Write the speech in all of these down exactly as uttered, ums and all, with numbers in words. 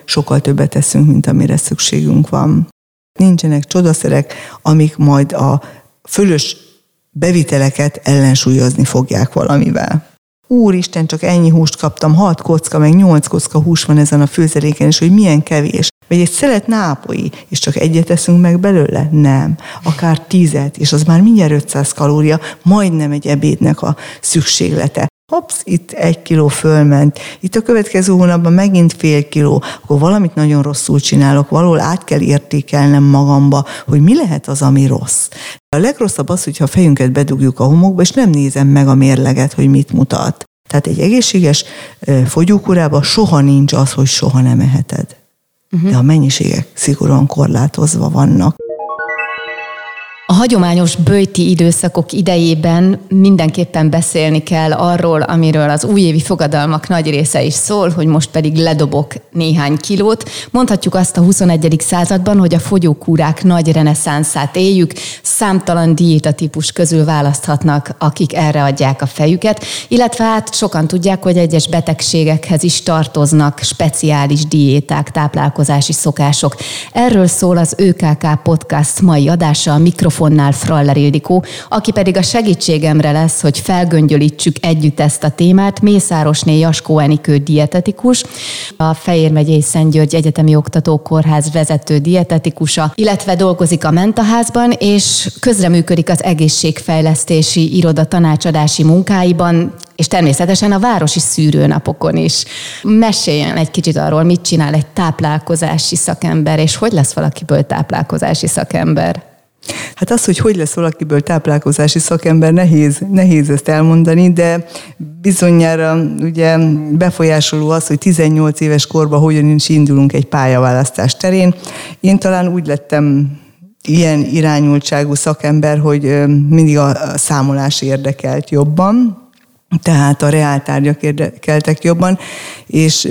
sokkal többet teszünk, mint amire szükségünk van. Nincsenek csodaszerek, amik majd a fölös beviteleket ellensúlyozni fogják valamivel. Úristen, csak ennyi húst kaptam, hat kocka, meg nyolc kocka hús van ezen a főzeléken, és hogy milyen kevés. Vagy egy szelet nápolyi, és csak egyet eszünk meg belőle? Nem. Akár tízet, és az már mindjárt ötszáz kalória, majdnem egy ebédnek a szükséglete. Hopsz, itt egy kiló fölment, itt a következő hónapban megint fél kiló, akkor valamit nagyon rosszul csinálok, valahol át kell értékelnem magamba, hogy mi lehet az, ami rossz. A legrosszabb az, hogyha a fejünket bedugjuk a homokba, és nem nézem meg a mérleget, hogy mit mutat. Tehát egy egészséges fogyókúrában soha nincs az, hogy soha nem eheted. Uh-huh. De a mennyiségek szigorúan korlátozva vannak. A hagyományos böjti időszakok idejében mindenképpen beszélni kell arról, amiről az újévi fogadalmak nagy része is szól, hogy most pedig ledobok néhány kilót. Mondhatjuk azt a huszonegyedik században, hogy a fogyókúrák nagy reneszánszát éljük, számtalan diétatípus közül választhatnak, akik erre adják a fejüket, illetve hát sokan tudják, hogy egyes betegségekhez is tartoznak speciális diéták, táplálkozási szokások. Erről szól az ÖKK Podcast mai adása, a mikrofon Fonnál Fraller Ildikó, aki pedig a segítségemre lesz, hogy felgöngyölítsük együtt ezt a témát. Mészárosné Jaskó Enikő dietetikus, a Fejér megyei Szentgyörgy Egyetemi Oktatókórház vezető dietetikusa, illetve dolgozik a Mentaházban, és közreműködik az egészségfejlesztési iroda tanácsadási munkáiban, és természetesen a városi szűrőnapokon is. Meséljen egy kicsit arról, mit csinál egy táplálkozási szakember, és hogy lesz valakiből táplálkozási szakember. Hát az, hogy hogy lesz valakiből táplálkozási szakember, nehéz, nehéz ezt elmondani, de bizonyára ugye befolyásoló az, hogy tizennyolc éves korban hogyan is indulunk egy pályaválasztás terén. Én talán úgy lettem ilyen irányultságú szakember, hogy mindig a számolás érdekelt jobban, tehát a reáltárgyak érdekeltek jobban, és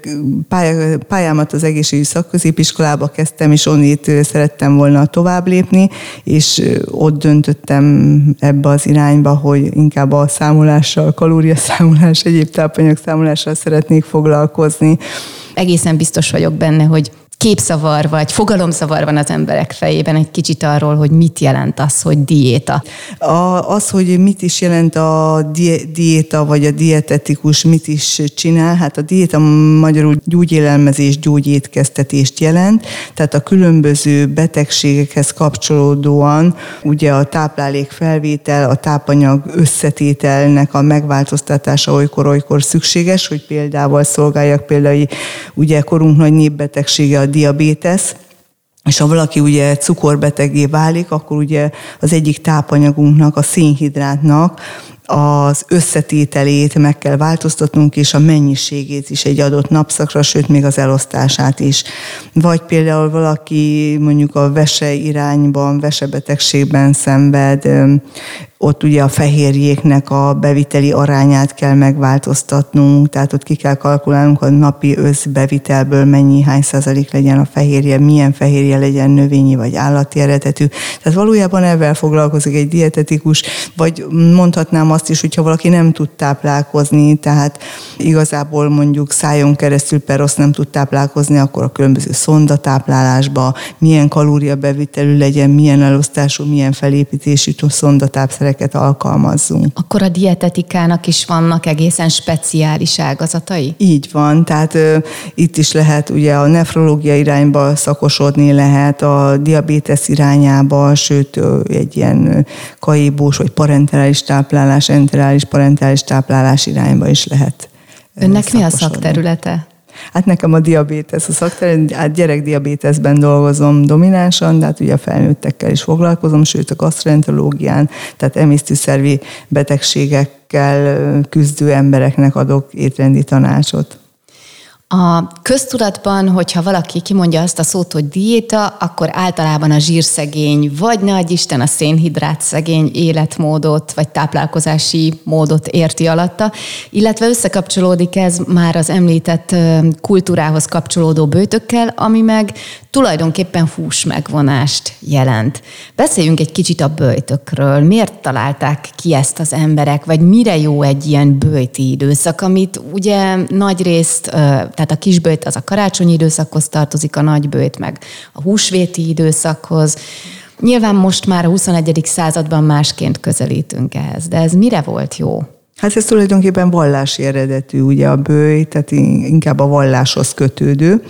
pályámat az egészségügyi szakközépiskolába kezdtem, és onnét szerettem volna tovább lépni, és ott döntöttem ebbe az irányba, hogy inkább a számolással, kalóriaszámolás, egyéb tápanyagszámolással szeretnék foglalkozni. Egészen biztos vagyok benne, hogy képzavar vagy fogalomzavar van az emberek fejében egy kicsit arról, hogy mit jelent az, hogy diéta. A, az, hogy mit is jelent a di- diéta, vagy a dietetikus mit is csinál, hát a diéta magyarul gyógyélelmezés, gyógyétkeztetést jelent, tehát a különböző betegségekhez kapcsolódóan ugye a táplálékfelvétel, a tápanyag összetételnek a megváltoztatása olykor-olykor szükséges, hogy példával szolgáljak, például ugye korunk nagy népbetegsége a diabétesz, és ha valaki ugye cukorbeteggé válik, akkor ugye az egyik tápanyagunknak, a szénhidrátnak az összetételét meg kell változtatnunk, és a mennyiségét is egy adott napszakra, sőt még az elosztását is. Vagy például valaki mondjuk a vese irányban, vesebetegségben szenved, ott ugye a fehérjéknek a beviteli arányát kell megváltoztatnunk, tehát ott ki kell kalkulálnunk a napi összbevitelből mennyi, hány százalék legyen a fehérje, milyen fehérje legyen, növényi vagy állati eredetű. Tehát valójában ezzel foglalkozik egy dietetikus, vagy mondhatnám azt is, hogyha valaki nem tud táplálkozni, tehát igazából mondjuk szájon keresztül perosz nem tud táplálkozni, akkor a különböző szondatáplálásba milyen kalóriabevitelű legyen, milyen elosztású, milyen felépítésű szondatápszereket alkalmazzunk. Akkor a dietetikának is vannak egészen speciális ágazatai? Így van, tehát ö, itt is lehet ugye a nefrológia irányba szakosodni, lehet a diabétesz irányába, sőt ö, egy ilyen kaibós vagy parenterális táplálás, enterális parenterális táplálás irányba is lehet. Önnek szakosodni. Mi a szakterülete? Hát nekem a diabétesz a szakterület, hát gyerekdiabéteszben dolgozom dominánsan, de hát ugye a felnőttekkel is foglalkozom, sőt a gasztroenterológián, tehát emésztőszervi betegségekkel küzdő embereknek adok étrendi tanácsot. A köztudatban, hogyha valaki kimondja azt a szót, hogy diéta, akkor általában a zsírszegény, vagy ne adj Isten a szénhidrát szegény életmódot, vagy táplálkozási módot érti alatta, illetve összekapcsolódik ez már az említett kultúrához kapcsolódó böjtökkel, ami meg tulajdonképpen húsmegvonást jelent. Beszéljünk egy kicsit a böjtökről. Miért találták ki ezt az emberek, vagy mire jó egy ilyen böjti időszak, amit ugye nagyrészt, tehát a kisböjt az a karácsonyi időszakhoz tartozik, a nagyböjt meg a húsvéti időszakhoz. Nyilván most már a huszonegyedik században másként közelítünk ehhez, de ez mire volt jó? Hát ez tulajdonképpen vallási eredetű, ugye a böjt, tehát inkább a valláshoz kötődő.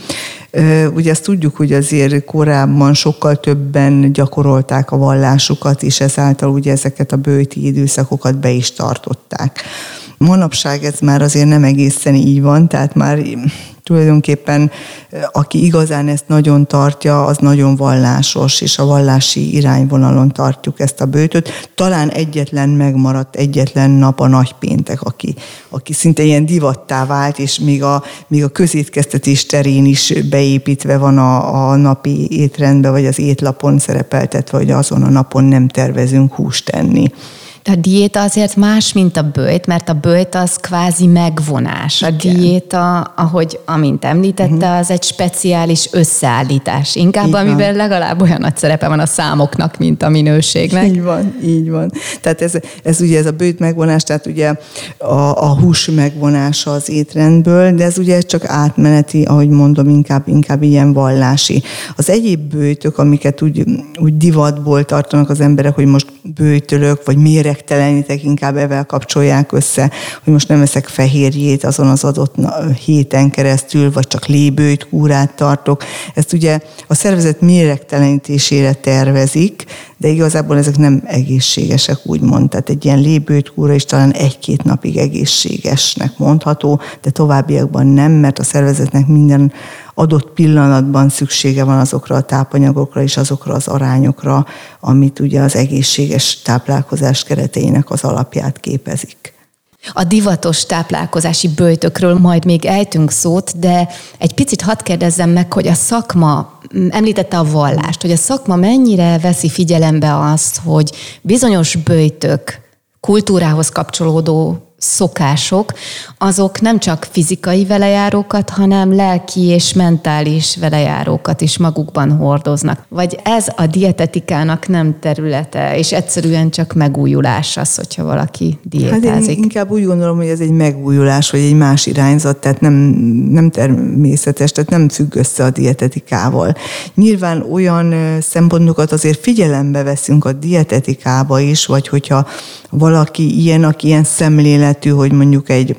Ugye ezt tudjuk, hogy azért korábban sokkal többen gyakorolták a vallásukat, és ezáltal ugye ezeket a böjti időszakokat be is tartották. Manapság ez már azért nem egészen így van, tehát már tulajdonképpen aki igazán ezt nagyon tartja, az nagyon vallásos, és a vallási irányvonalon tartjuk ezt a böjtöt. Talán egyetlen megmaradt egyetlen nap a nagypéntek, aki, aki szinte ilyen divattá vált, és még a, még a közétkeztetés terén is beépítve van a, a napi étrendbe, vagy az étlapon szerepeltetve, hogy azon a napon nem tervezünk húst tenni. De a diéta azért más, mint a böjt, mert a böjt az kvázi megvonás. A igen. diéta, ahogy amint említette, az egy speciális összeállítás. Inkább, így amiben van. Legalább olyan nagy szerepe van a számoknak, mint a minőségnek. Így van, így van. Tehát ez, ez ugye ez a böjt megvonás, tehát ugye a, a hús megvonása az étrendből, de ez ugye csak átmeneti, ahogy mondom, inkább, inkább ilyen vallási. Az egyéb böjtök, amiket úgy, úgy divatból tartanak az emberek, hogy most böjtölök, vagy méregtelenítek, inkább ezzel kapcsolják össze, hogy most nem eszek fehérjét azon az adott héten keresztül, vagy csak lébőjt kúrát tartok. Ezt ugye a szervezet méregtelenítésére tervezik, de igazából ezek nem egészségesek, úgymond. Tehát egy ilyen lébőjt kúra is talán egy-két napig egészségesnek mondható, de továbbiakban nem, mert a szervezetnek minden adott pillanatban szüksége van azokra a tápanyagokra és azokra az arányokra, amit ugye az egészséges táplálkozás kereteinek az alapját képezik. A divatos táplálkozási böjtökről majd még ejtünk szót, de egy picit hadd kérdezzem meg, hogy a szakma, említette a vallást, hogy a szakma mennyire veszi figyelembe azt, hogy bizonyos böjtök, kultúrához kapcsolódó szokások, azok nem csak fizikai velejárókat, hanem lelki és mentális velejárókat is magukban hordoznak. Vagy ez a dietetikának nem területe, és egyszerűen csak megújulás az, hogyha valaki diétázik? Hát én inkább úgy gondolom, hogy ez egy megújulás, vagy egy más irányzat, tehát nem, nem természetes, tehát nem függ össze a dietetikával. Nyilván olyan szempontokat azért figyelembe veszünk a dietetikába is, vagy hogyha valaki ilyen, aki ilyen szemléletű, hogy mondjuk egy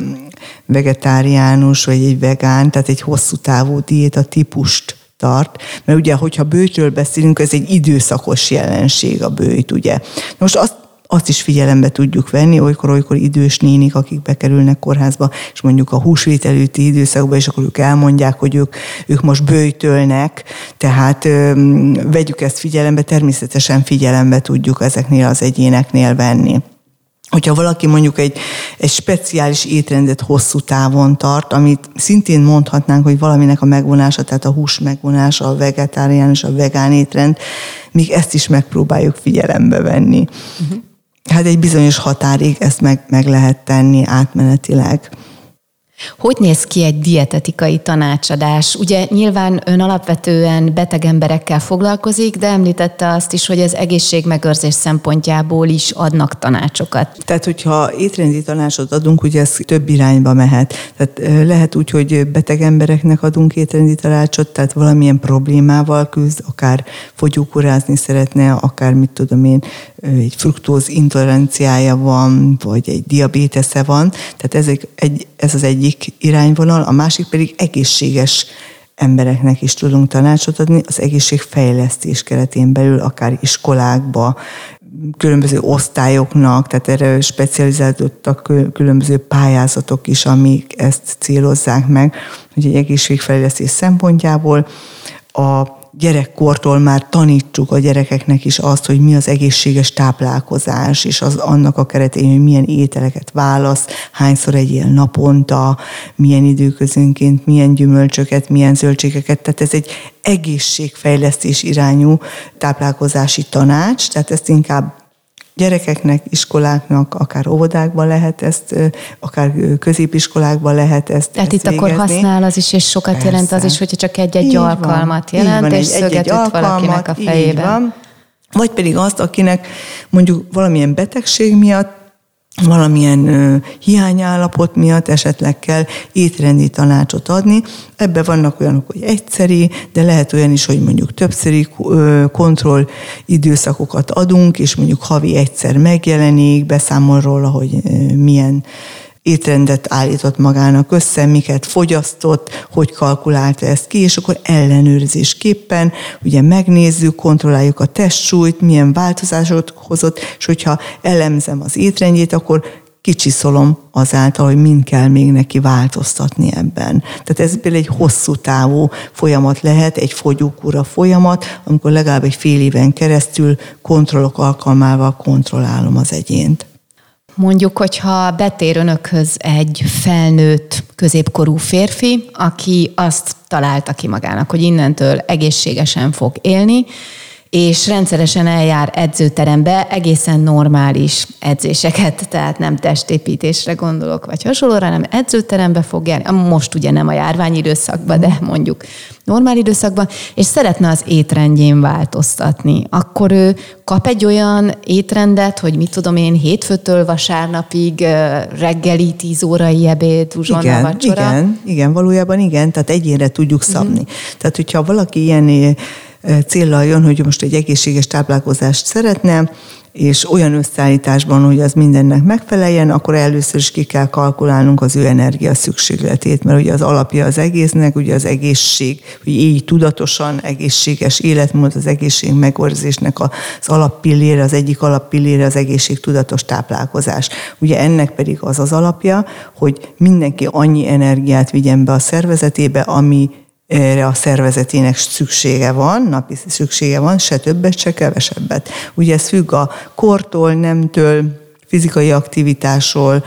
vegetáriánus, vagy egy vegán, tehát egy hosszú távú diéta típust tart. Mert ugye, hogyha böjtről beszélünk, ez egy időszakos jelenség a böjt, ugye. Most azt azt is figyelembe tudjuk venni, olykor-olykor idős nénik, akik bekerülnek kórházba, és mondjuk a húsvét előtti időszakban, és akkor ők elmondják, hogy ők, ők most böjtölnek, tehát ö, vegyük ezt figyelembe, természetesen figyelembe tudjuk ezeknél az egyéneknél venni. Hogyha valaki mondjuk egy, egy speciális étrendet hosszú távon tart, amit szintén mondhatnánk, hogy valaminek a megvonása, tehát a hús megvonása, a vegetáriánus, a vegán étrend, még ezt is megpróbáljuk figyelembe venni. Uh-huh. Hát egy bizonyos határig ezt meg, meg lehet tenni átmenetileg. Hogy néz ki egy dietetikai tanácsadás? Ugye nyilván ön alapvetően beteg emberekkel foglalkozik, de említette azt is, hogy az egészségmegőrzés szempontjából is adnak tanácsokat. Tehát, hogyha étrendi tanácsot adunk, ugye ez több irányba mehet. Tehát lehet úgy, hogy beteg embereknek adunk étrendi tanácsot, tehát valamilyen problémával küzd, akár fogyókúrázni szeretne, akár mit tudom én, egy fruktóz intoleranciája van, vagy egy diabétesze van. Tehát ez, egy, ez az egyik irányvonal, a másik pedig egészséges embereknek is tudunk tanácsot adni, az egészségfejlesztés keretén belül, akár iskolákba, különböző osztályoknak, tehát erre specializálódtak különböző pályázatok is, amik ezt célozzák meg, hogy egy egészségfejlesztés szempontjából a gyerekkortól már tanítsuk a gyerekeknek is azt, hogy mi az egészséges táplálkozás, és az annak a keretén, hogy milyen ételeket választ, hányszor egyél naponta, milyen időközönként, milyen gyümölcsöket, milyen zöldségeket. Tehát ez egy egészségfejlesztés irányú táplálkozási tanács, tehát ezt inkább gyerekeknek, iskoláknak, akár óvodákban lehet ezt, akár középiskolákban lehet ezt Tehát ezt itt végezni. akkor használ az is, és sokat Persze. jelent az is, hogyha csak egy-egy így alkalmat van, jelent, van, és szöget üt valakinek a fejében. Vagy pedig azt, akinek mondjuk valamilyen betegség miatt, valamilyen ö, hiányállapot miatt esetleg kell étrendi tanácsot adni. Ebben vannak olyanok, hogy egyszeri, de lehet olyan is, hogy mondjuk többszöri ö, kontroll időszakokat adunk, és mondjuk havi egyszer megjelenik, beszámol róla, hogy ö, milyen étrendet állított magának össze, miket fogyasztott, hogy kalkulálta ezt ki, és akkor ellenőrzésképpen ugye megnézzük, kontrolláljuk a testsúlyt, milyen változásokat hozott, és hogyha elemzem az étrendjét, akkor kicsiszolom azáltal, hogy mind kell még neki változtatni ebben. Tehát ez például egy hosszú távú folyamat lehet, egy fogyókúra folyamat, amikor legalább egy fél éven keresztül kontrollok alkalmával kontrollálom az egyént. Mondjuk, hogyha betér önökhöz egy felnőtt, középkorú férfi, aki azt találta ki magának, hogy innentől egészségesen fog élni, és rendszeresen eljár edzőterembe egészen normális edzéseket, tehát nem testépítésre gondolok, vagy hasonlóra, hanem edzőterembe fog járni, most ugye nem a járványidőszakban, de mondjuk normál időszakban, és szeretne az étrendjén változtatni, akkor ő kap egy olyan étrendet, hogy mit tudom én, hétfőtől vasárnapig reggeli, tíz órai ebéd, uzsonna, igen, vacsora. Igen, igen, valójában igen, tehát egyénre tudjuk szabni. Mm. Tehát, hogyha valaki ilyen céllal jön, hogy most egy egészséges táplálkozást szeretne, és olyan összeállításban, hogy az mindennek megfeleljen, akkor először is ki kell kalkulálnunk az ő energia szükségletét, mert ugye az alapja az egésznek, ugye az egészség, hogy így tudatosan egészséges életmód, az egészség megőrzésnek az alappillére, az egyik alappillére az egészségtudatos táplálkozás. Ugye ennek pedig az az alapja, hogy mindenki annyi energiát vigyen be a szervezetébe, ami erre a szervezetének szüksége van, napi szüksége van, se többet, se kevesebbet. Ugye ez függ a kortól, nemtől, fizikai aktivitásról,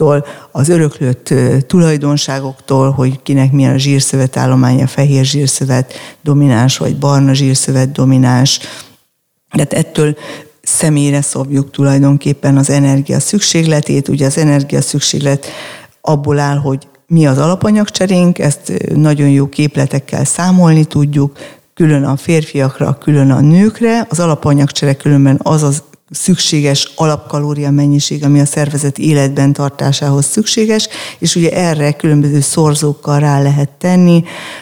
az öröklött tulajdonságoktól, hogy kinek milyen a zsírszövetállománya, fehér zsírszövet domináns, vagy barna zsírszövet domináns. Tehát ettől személyre szabjuk tulajdonképpen az energia szükségletét. Ugye az energia szükséglet abból áll, hogy mi az alapanyagcserénk, ezt nagyon jó képletekkel számolni tudjuk, külön a férfiakra, külön a nőkre. Az alapanyagcsere különben az az szükséges alapkalória mennyiség, ami a szervezet életben tartásához szükséges, és ugye erre különböző szorzókkal rá lehet tenni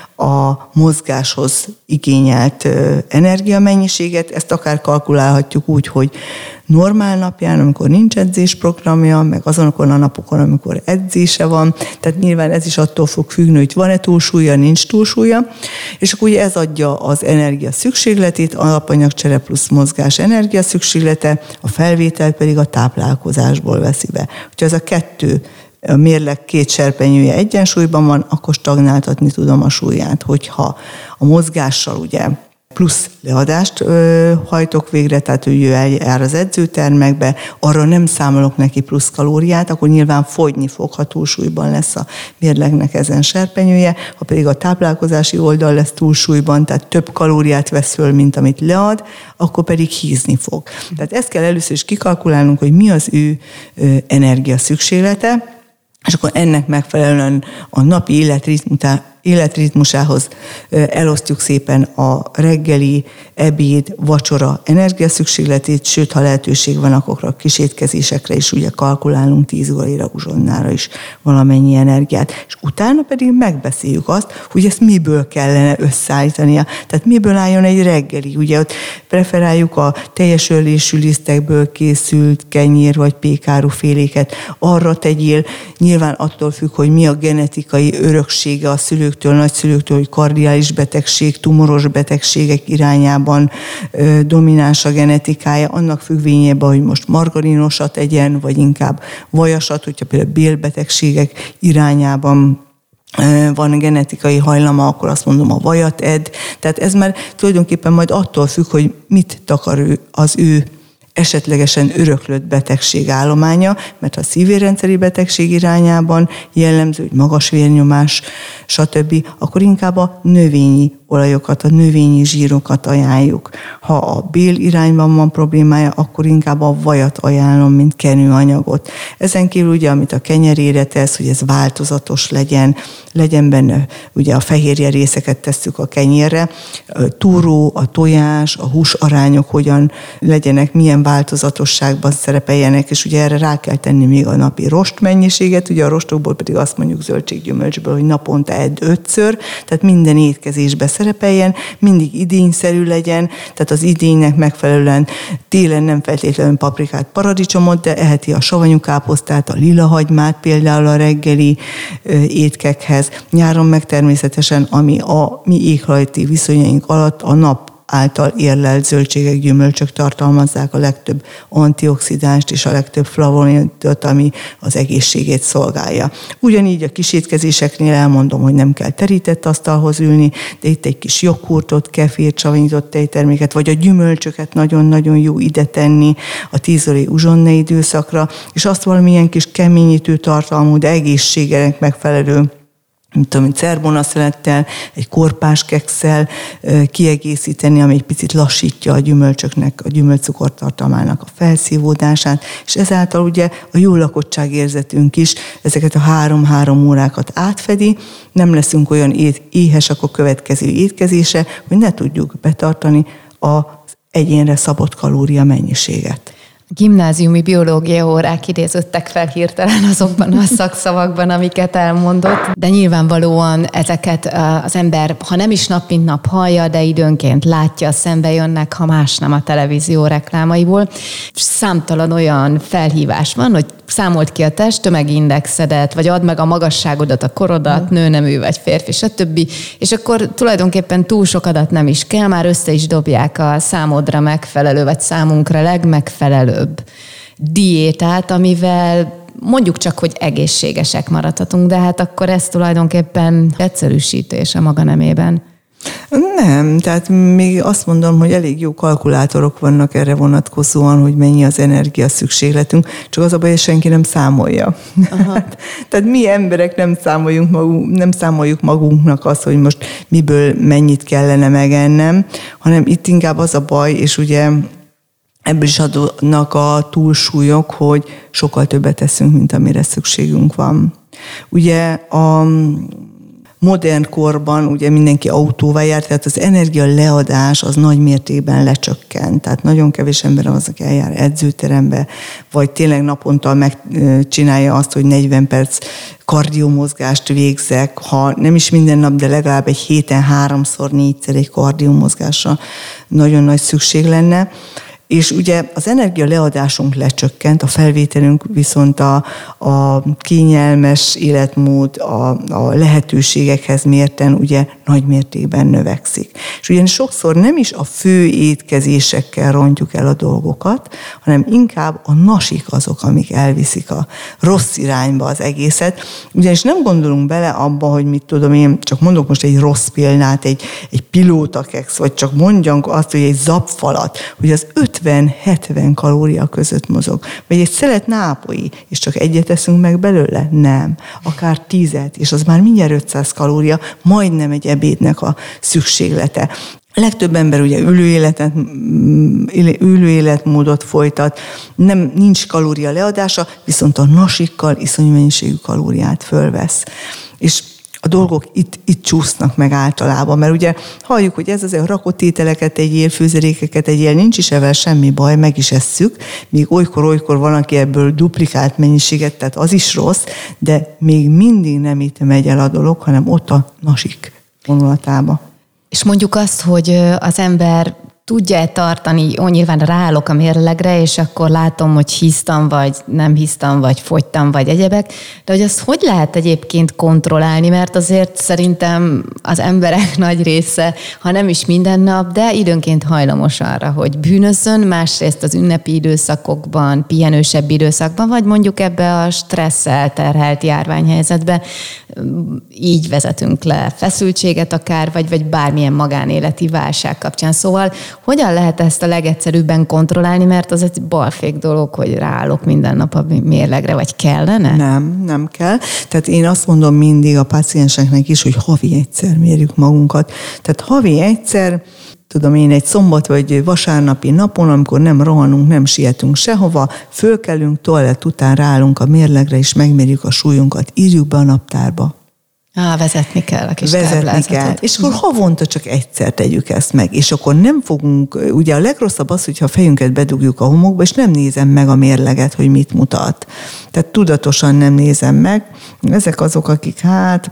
a mozgáshoz igényelt energiamennyiséget. Ezt akár kalkulálhatjuk úgy, hogy normál napján, amikor nincs edzésprogramja, meg azonokon a napokon, amikor edzése van. Tehát nyilván ez is attól fog függni, hogy van-e túlsúlya, nincs túlsúlya. És akkor ugye ez adja az energia szükségletét, alapanyagcsere plusz mozgás energia szükséglete, a felvétel pedig a táplálkozásból veszi be. Hogyha ez a kettő a mérleg két serpenyője egyensúlyban van, akkor stagnáltatni tudom a súlyát. Hogyha a mozgással ugye plusz leadást ö, hajtok végre, tehát ő eljár az edzőtermekbe, arra nem számolok neki plusz kalóriát, akkor nyilván fogyni fog, ha túlsúlyban lesz a mérlegnek ezen serpenyője, ha pedig a táplálkozási oldal lesz túlsúlyban, tehát több kalóriát vesz föl, mint amit lead, akkor pedig hízni fog. Tehát ezt kell először is kikalkulálnunk, hogy mi az ő ö, energia szükséglete, és akkor ennek megfelelően a napi életritmusá, életritmusához elosztjuk szépen a reggeli, ebéd, vacsora energiaszükségletét, sőt, ha lehetőség van, akkor a kisétkezésekre is ugye kalkulálunk tíz óraira, uzsonnára is valamennyi energiát. És utána pedig megbeszéljük azt, hogy ezt miből kellene összeállítania. Tehát miből álljon egy reggeli. Ugye ott preferáljuk a teljes örlésű lisztekből készült kenyér vagy pékáru féléket. Arra tegyél, nyilván attól függ, hogy mi a genetikai öröksége a szülőktől, nagyszülőktől, hogy kardiális betegség, tumoros betegségek irányában ö, domináns a genetikája, annak függvényében, hogy most margarinosat egyen, vagy inkább vajasat, hogyha például bélbetegségek irányában van genetikai hajlama, akkor azt mondom, a vajat ed. Tehát ez már tulajdonképpen majd attól függ, hogy mit takar ő, az ő esetlegesen öröklött betegségállománya, mert ha szívérrendszeri betegség irányában jellemző, hogy magas vérnyomás, stb., akkor inkább a növényi olajokat, a növényi zsírokat ajánljuk. Ha a bél irányban van problémája, akkor inkább a vajat ajánlom, mint kenőanyagot. Ezen kívül ugye, amit a kenyerére tesz, hogy ez változatos legyen, legyen benne, ugye a fehérje részeket tesszük a kenyérre, a túró, a tojás, a húsarányok hogyan legyenek, milyen változatosságban szerepeljenek, és ugye erre rá kell tenni még a napi rost mennyiséget, ugye a rostokból pedig azt mondjuk zöldséggyümölcsből, hogy naponta edd ötször, tehát minden étkezésbe szerepeljen, mindig idényszerű legyen, tehát az idénynek megfelelően télen nem feltétlenül paprikát, paradicsomot, de eheti a savanyú káposztát, a lila hagymát például a reggeli étkekhez. Nyáron meg természetesen, ami a mi éghajlati viszonyaink alatt a nap által érlelt zöldségek, gyümölcsök tartalmazzák a legtöbb antioxidánst és a legtöbb flavonoidot, ami az egészségét szolgálja. Ugyanígy a kisétkezéseknél elmondom, hogy nem kell terített asztalhoz ülni, de itt egy kis joghurtot, kefírt, savanyított tejterméket, vagy a gyümölcsöket nagyon-nagyon jó ide tenni a tíz órai uzsonna időszakra, és azt valamilyen kis keményítő tartalmú, de egészségenek megfelelő, mint tudom, cerbonaszelettel, egy korpás kekszel kiegészíteni, ami egy picit lassítja a gyümölcsöknek, a gyümölcscukortartalmának a felszívódását, és ezáltal ugye a jó lakottságérzetünk is ezeket a három-három órákat átfedi, nem leszünk olyan éhesek a következő étkezése, hogy ne tudjuk betartani az egyénre szabott kalória mennyiséget. Gimnáziumi biológia órák idéződtek fel hirtelen azokban a szakszavakban, amiket elmondott, de nyilvánvalóan ezeket az ember, ha nem is nap mint nap hallja, de időnként látja, szembe jönnek, ha más nem a televízió reklámaiból. Számtalan olyan felhívás van, hogy számolt ki a testtömegindexedet, vagy add meg a magasságodat, a korodat, nőnemű vagy férfi, stb. És akkor tulajdonképpen túl sok adat nem is kell, már össze is dobják a számodra megfelelő, vagy számunkra legmegfelelőbb diétát, amivel mondjuk csak, hogy egészségesek maradhatunk, de hát akkor ez tulajdonképpen egyszerűsítés a maga nemében. Nem, tehát még azt mondom, hogy elég jó kalkulátorok vannak erre vonatkozóan, hogy mennyi az energia szükségletünk, csak az a baj, hogy senki nem számolja. Tehát mi emberek nem, számoljunk magunk, nem számoljuk magunknak azt, hogy most miből mennyit kellene megennem, hanem itt inkább az a baj, és ugye ebből is adnak a túlsúlyok, hogy sokkal többet teszünk, mint amire szükségünk van. Ugye a modern korban ugye mindenki autóvá jár, tehát az energia leadás az nagy mértékben lecsökkent. Tehát nagyon kevés ember az, aki eljár edzőterembe, vagy tényleg naponta megcsinálja azt, hogy negyven perc kardiomozgást végzek, ha nem is minden nap, de legalább egy héten háromszor, négyszer egy kardiomozgásra nagyon nagy szükség lenne. És ugye az energia leadásunk lecsökkent, a felvételünk viszont a, a kényelmes életmód, a, a lehetőségekhez mérten ugye nagy mértékben növekszik. És ugyanis sokszor nem is a fő étkezésekkel rontjuk el a dolgokat, hanem inkább a nasik azok, amik elviszik a rossz irányba az egészet. Ugyanis nem gondolunk bele abba, hogy mit tudom én, csak mondok most egy rossz példát, egy, egy pilótakeksz, vagy csak mondjam azt, hogy egy zapfalat, hogy az ötven-hetven kalória között mozog. Vagy egy szelet nápolyi, és csak egyet eszünk meg belőle? Nem. Akár tízet, és az már mindjárt ötszáz kalória, majdnem egy ebédnek a szükséglete. A legtöbb ember ugye ülőéletet, ülőéletmódot folytat, nem, nincs kalória leadása, viszont a nasikkal iszonyú mennyiségű kalóriát fölvesz. És a dolgok itt, itt csúsznak meg általában, mert ugye halljuk, hogy ez azért rakott ételeket egyél, főzelékeket egyél, nincs is ebben semmi baj, meg is esszük, míg olykor-olykor van, aki ebből duplikált mennyiséget, tehát az is rossz, de még mindig nem itt megy el a dolog, hanem ott a nasik vonulatába. És mondjuk azt, hogy az ember tudja-e tartani, ó, nyilván ráállok a mérlegre, és akkor látom, hogy hisztam, vagy nem hisztam, vagy fogytam, vagy egyebek, de hogy azt hogy lehet egyébként kontrollálni, mert azért szerintem az emberek nagy része, ha nem is minden nap, de időnként hajlamos arra, hogy bűnözzön, másrészt az ünnepi időszakokban, pihenősebb időszakban, vagy mondjuk ebbe a stresszel terhelt járványhelyzetbe így vezetünk le feszültséget akár, vagy, vagy bármilyen magánéleti válság kapcsán. Szóval hogyan lehet ezt a legegyszerűbben kontrollálni, mert az egy balfék dolog, hogy ráállok minden nap a mérlegre, vagy kellene? Nem, nem kell. Tehát én azt mondom mindig a pácienseknek is, hogy havi egyszer mérjük magunkat. Tehát havi egyszer, tudom én, egy szombat vagy vasárnapi napon, amikor nem rohanunk, nem sietünk sehova, fölkelünk, toalett után ráállunk a mérlegre, és megmérjük a súlyunkat, írjuk be a naptárba. Á, vezetni kell a kis Vezetni kell. És akkor havonta csak egyszer tegyük ezt meg. És akkor nem fogunk, ugye a legrosszabb az, hogyha a fejünket bedugjuk a homokba, és nem nézem meg a mérleget, hogy mit mutat. Tehát tudatosan nem nézem meg. Ezek azok, akik hát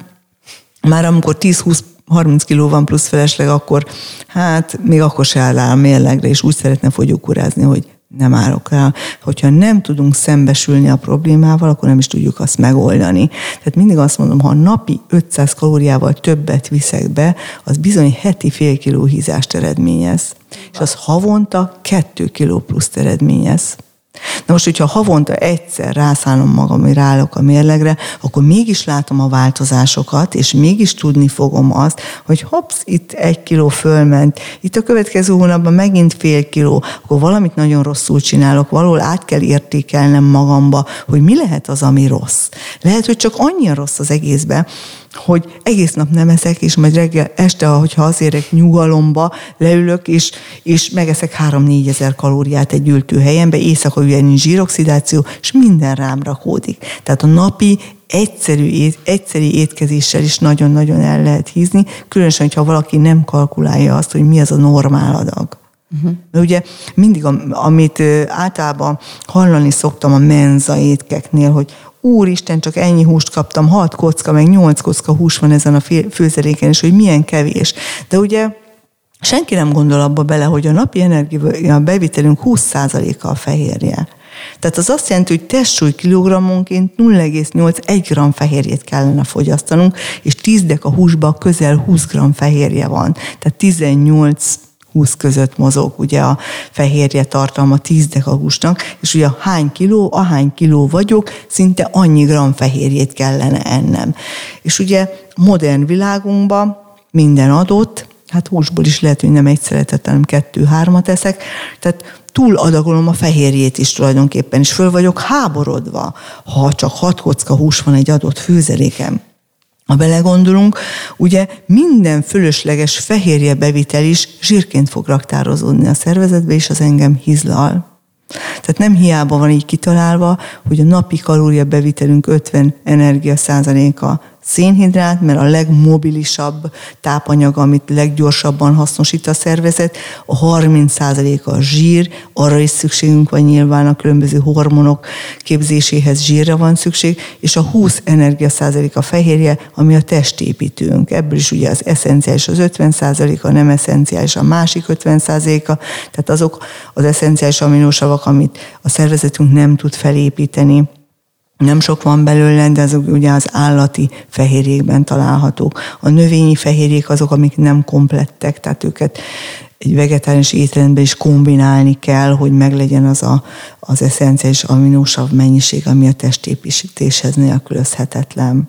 már amikor tíz-húsz-harminc kiló van plusz felesleg, akkor hát még akkor se áll rá a mérlegre, és úgy szeretne fogyókúrázni, hogy nem állok rá. Hogyha nem tudunk szembesülni a problémával, akkor nem is tudjuk azt megoldani. Tehát mindig azt mondom, ha napi ötszáz kalóriával többet viszek be, az bizony heti fél kiló hízást eredményez. És az havonta kettő kiló pluszt eredményez. Na most, hogyha havonta egyszer rászállom magam, hogy ráállok a mérlegre, akkor mégis látom a változásokat, és mégis tudni fogom azt, hogy hopsz, itt egy kiló fölment, itt a következő hónapban megint fél kiló, akkor valamit nagyon rosszul csinálok, valahol át kell értékelnem magamba, hogy mi lehet az, ami rossz. Lehet, hogy csak annyira rossz az egészben, hogy egész nap nem eszek, és majd reggel, este, hogyha azért nyugalomba leülök, és, és megeszek három-négy ezer kalóriát egy ültőhelyenbe, éjszaka ugye nincs zsíroxidáció, és minden rám rakódik. Tehát a napi egyszerű, ét, egyszeri étkezéssel is nagyon-nagyon el lehet hízni, különösen, hogyha valaki nem kalkulálja azt, hogy mi az a normál adag. Uh-huh. Mert ugye mindig, amit általában hallani szoktam a menza étkeknél, hogy úristen, csak ennyi húst kaptam, hat kocka, meg nyolc kocka hús van ezen a főzeléken, és hogy milyen kevés. De ugye senki nem gondol abba bele, hogy a napi energia bevitelünk húsz százaléka a fehérje. Tehát az azt jelenti, hogy testsúly kilogrammonként nulla egész nyolc gramm fehérjét kellene fogyasztanunk, és tíz deka húsban közel húsz gramm fehérje van. Tehát tizennyolc húsz között mozog ugye a fehérje tartalma tíz deka húsnak, és ugye hány kiló, ahány kiló vagyok, szinte annyi gram fehérjét kellene ennem. És ugye modern világunkban minden adott, hát húsból is lehet, hogy nem egy szeretet, hanem kettő-hármat eszek, tehát túl adagolom a fehérjét is tulajdonképpen, és föl vagyok háborodva, ha csak hat kocka hús van egy adott főzeléken. Ha belegondolunk, ugye minden fölösleges fehérje bevitel is zsírként fog raktározódni a szervezetbe, és az engem hizlal. Tehát nem hiába van így kitalálva, hogy a napi kalória bevitelünk ötven energia százaléka szénhidrát, mert a legmobilisabb tápanyag, amit leggyorsabban hasznosít a szervezet, a harminc százaléka a zsír, arra is szükségünk van nyilván a különböző hormonok képzéséhez zsírra van szükség, és a húsz energia százalék a fehérje, ami a testépítőnk. Ebből is ugye az eszenciális az ötven százaléka, a nem eszenciális a másik ötven százaléka, tehát azok az eszenciális aminósavak, amit a szervezetünk nem tud felépíteni. Nem sok van belőle, de azok ugye az állati fehérjékben találhatók. A növényi fehérjék azok, amik nem komplettek, tehát őket egy vegetárius étrendben is kombinálni kell, hogy meglegyen az a, az eszenciális aminósav mennyiség, ami a testépítéshez nélkülözhetetlen.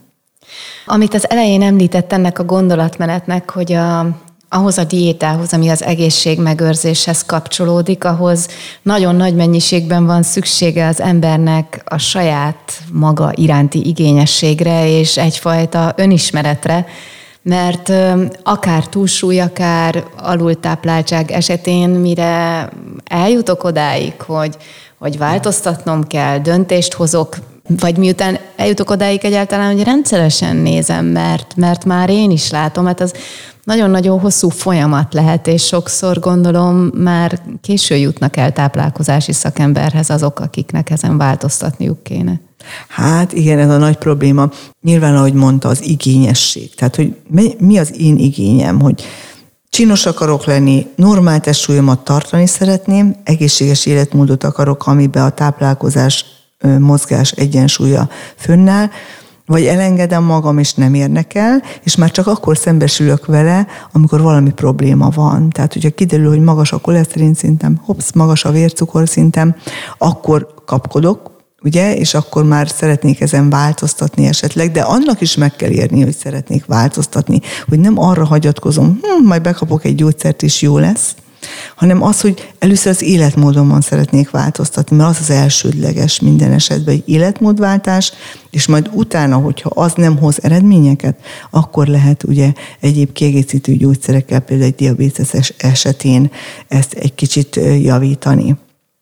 Amit az elején említett ennek a gondolatmenetnek, hogy a ahhoz a diétához, ami az egészségmegőrzéshez kapcsolódik, ahhoz nagyon nagy mennyiségben van szüksége az embernek a saját maga iránti igényességre és egyfajta önismeretre, mert akár túlsúly, akár alultápláltság esetén, mire eljutok odáig, hogy, hogy változtatnom kell, döntést hozok, vagy miután eljutok odáig egyáltalán, hogy rendszeresen nézem, mert, mert már én is látom, hát az nagyon-nagyon hosszú folyamat lehet, és sokszor gondolom már késő jutnak el táplálkozási szakemberhez azok, akiknek ezen változtatniuk kéne. Hát igen, ez a nagy probléma. Nyilván, ahogy mondta, az igényesség. Tehát, hogy mi az én igényem, hogy csinos akarok lenni, normál testsúlyomat tartani szeretném, egészséges életmódot akarok, amiben a táplálkozás, mozgás egyensúlya fönnáll, vagy elengedem magam, és nem érnek el, és már csak akkor szembesülök vele, amikor valami probléma van. Tehát, hogyha kiderül, hogy magas a koleszterin szintem, hopsz, magas a vércukorszintem, akkor kapkodok, ugye, és akkor már szeretnék ezen változtatni esetleg, de annak is meg kell érni, hogy szeretnék változtatni, hogy nem arra hagyatkozom, hm, majd bekapok egy gyógyszert, és jó lesz, hanem az, hogy először az életmódomon szeretnék változtatni, mert az az elsődleges minden esetben, egy életmódváltás, és majd utána, hogyha az nem hoz eredményeket, akkor lehet ugye egyéb kiegészítő gyógyszerekkel, például egy diabéteses esetén ezt egy kicsit javítani,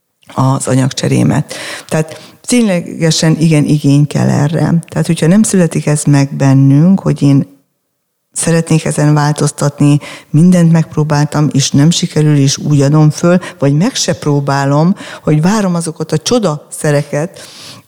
az anyagcserémet. Tehát ténylegesen igen, igény kell erre. Tehát, hogyha nem születik ez meg bennünk, hogy én szeretnék ezen változtatni, mindent megpróbáltam, és nem sikerül, és úgy adom föl, vagy meg se próbálom, hogy várom azokat a csodaszereket,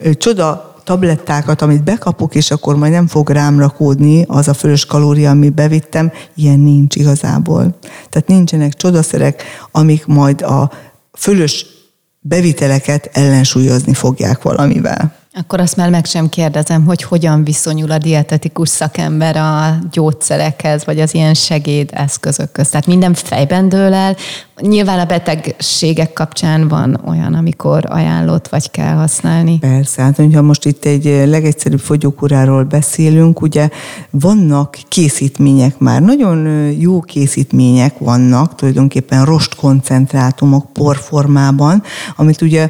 csoda tablettákat, amit bekapok, és akkor majd nem fog rám rakódni az a fölös kalória, amit bevittem, ilyen nincs igazából. Tehát nincsenek csodaszerek, amik majd a fölös beviteleket ellensúlyozni fogják valamivel. Akkor azt már meg sem kérdezem, hogy hogyan viszonyul a dietetikus szakember a gyógyszerekhez, vagy az ilyen segédeszközökhöz. Tehát minden fejben dől el. Nyilván a betegségek kapcsán van olyan, amikor ajánlott, vagy kell használni. Persze, hát ha most itt egy legegyszerűbb fogyókúráról beszélünk, ugye vannak készítmények már, nagyon jó készítmények vannak, tulajdonképpen rostkoncentrátumok porformában, amit ugye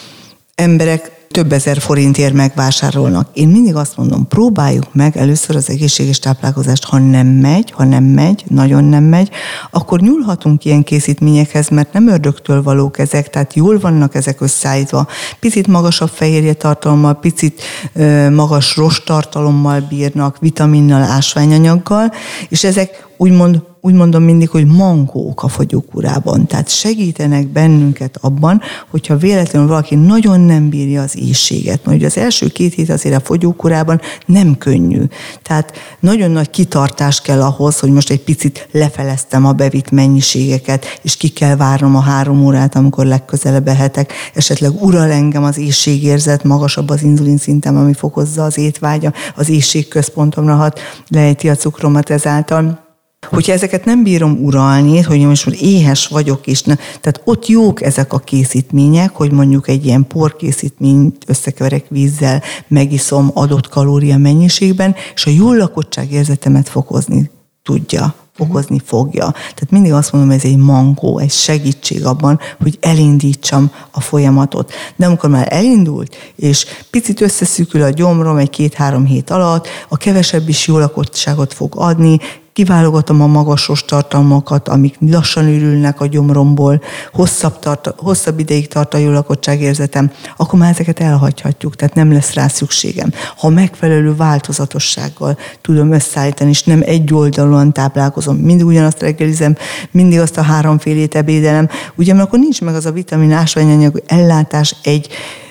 emberek több ezer forintért megvásárolnak. Én mindig azt mondom, próbáljuk meg először az egészséges táplálkozást, ha nem megy, ha nem megy, nagyon nem megy, akkor nyúlhatunk ilyen készítményekhez, mert nem ördögtől valók ezek, tehát jól vannak ezek összeállítva. Picit magasabb fehérje tartalommal, picit ö, magas rosttartalommal bírnak, vitaminnal, ásványanyaggal, és ezek úgymond úgy mondom mindig, hogy mankók a fogyókúrában. Tehát segítenek bennünket abban, hogyha véletlenül valaki nagyon nem bírja az éhséget. Mert ugye az első két hét azért a fogyókúrában nem könnyű. Tehát nagyon nagy kitartás kell ahhoz, hogy most egy picit lefeleztem a bevitt mennyiségeket, és ki kell várnom a három órát, amikor legközelebb ehetek. Esetleg ural engem az éhségérzet, magasabb az inzulin szintem, ami fokozza az étvágya, az éhségközpontomra hat, lejti a cukromat ezáltal. Hogyha ezeket nem bírom uralni, hogy most éhes vagyok, és ne, tehát ott jók ezek a készítmények, hogy mondjuk egy ilyen porkészítményt összekeverek vízzel, megiszom adott kalória mennyiségben, és a jól lakottság érzetemet fokozni tudja, fokozni fogja. Tehát mindig azt mondom, hogy ez egy mankó, egy segítség abban, hogy elindítsam a folyamatot. De amikor már elindult, és picit összeszűkül a gyomrom egy két-három hét alatt, a kevesebb is jó lakottságot fog adni, kiválogatom a magasos tartalmakat, amik lassan ürülnek a gyomromból, hosszabb, tart, hosszabb ideig tart a jó lakottságérzetem, akkor már ezeket elhagyhatjuk, tehát nem lesz rá szükségem. Ha megfelelő változatossággal tudom összeállítani, és nem egyoldalúan táplálkozom, mindig ugyanazt reggelizem, mindig azt a háromfélét ebédelem, ugye, mert akkor nincs meg az a vitamin ásványanyag ellátás egy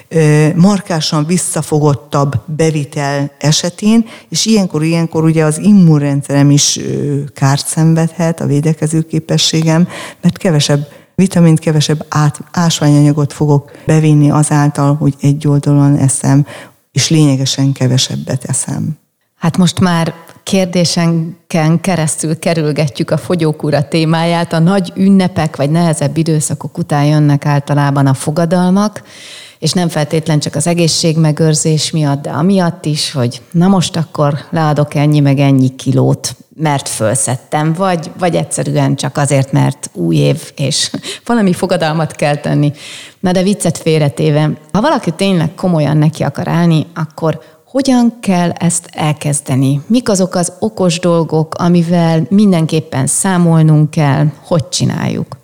markásan visszafogottabb bevitel esetén, és ilyenkor, ilyenkor ugye az immunrendszerem is kárt szenvedhet, a védekező képességem, mert kevesebb vitamint, kevesebb át, ásványanyagot fogok bevinni azáltal, hogy egyoldalúan eszem, és lényegesen kevesebbet eszem. Hát most már kérdésenken keresztül kerülgetjük a fogyókúra témáját. A nagy ünnepek vagy nehezebb időszakok után jönnek általában a fogadalmak, és nem feltétlen csak az egészségmegőrzés miatt, de amiatt is, hogy na most akkor leadok ennyi meg ennyi kilót, mert fölszedtem, vagy, vagy egyszerűen csak azért, mert új év, és valami fogadalmat kell tenni. Na de viccet félretéve, ha valaki tényleg komolyan neki akar állni, akkor hogyan kell ezt elkezdeni? Mik azok az okos dolgok, amivel mindenképpen számolnunk kell, hogy csináljuk?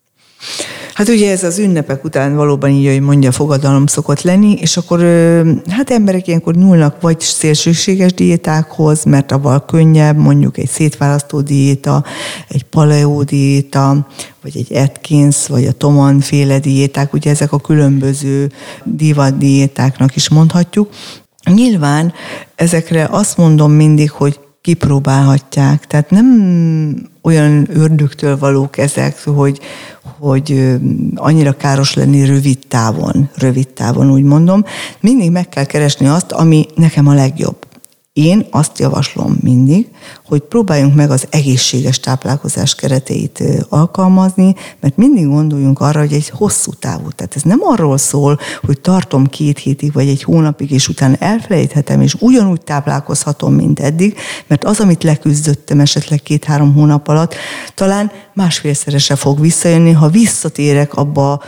Hát ugye ez az ünnepek után valóban így, hogy mondja, fogadalom szokott lenni, és akkor hát emberek ilyenkor nyúlnak vagy szélsőséges diétákhoz, mert avval könnyebb, mondjuk egy szétválasztó diéta, egy paleo diéta, vagy egy Atkins, vagy a Toman féle diéták, ugye ezek a különböző divat diétáknak is mondhatjuk. Nyilván ezekre azt mondom mindig, hogy kipróbálhatják, tehát nem olyan ördögtől valók ezek, hogy, hogy annyira káros lenni rövid távon, rövid távon úgy mondom. Mindig meg kell keresni azt, ami nekem a legjobb. Én azt javaslom mindig, hogy próbáljunk meg az egészséges táplálkozás kereteit alkalmazni, mert mindig gondoljunk arra, hogy egy hosszú távú. Tehát ez nem arról szól, hogy tartom két hétig vagy egy hónapig, és utána elfelejthetem, és ugyanúgy táplálkozhatom, mint eddig, mert az, amit leküzdöttem esetleg két-három hónap alatt, talán másfélszerese fog visszajönni, ha visszatérek abba